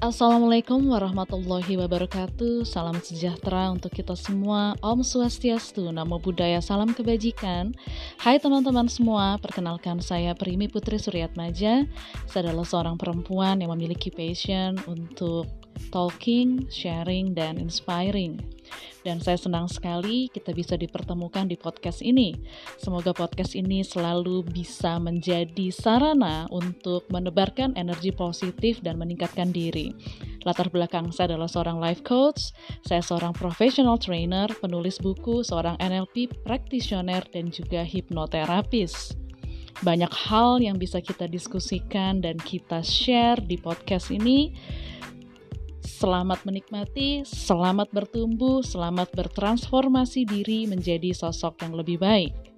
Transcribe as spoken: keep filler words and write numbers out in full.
Assalamualaikum warahmatullahi wabarakatuh. Salam sejahtera untuk kita semua. Om Swastiastu, Namo Buddhaya, salam kebajikan. Hai teman-teman semua, perkenalkan saya Primi Putri Suryatmaja. Saya adalah seorang perempuan yang memiliki passion untuk talking, sharing, dan inspiring. Dan saya senang sekali kita bisa dipertemukan di podcast ini. Semoga podcast ini selalu bisa menjadi sarana untuk menebarkan energi positif dan meningkatkan diri. Latar belakang saya adalah seorang life coach, saya seorang professional trainer, penulis buku, seorang N L P practitioner, dan juga hipnoterapis. Banyak hal yang bisa kita diskusikan dan kita share di podcast ini. Selamat menikmati, selamat bertumbuh, selamat bertransformasi diri menjadi sosok yang lebih baik.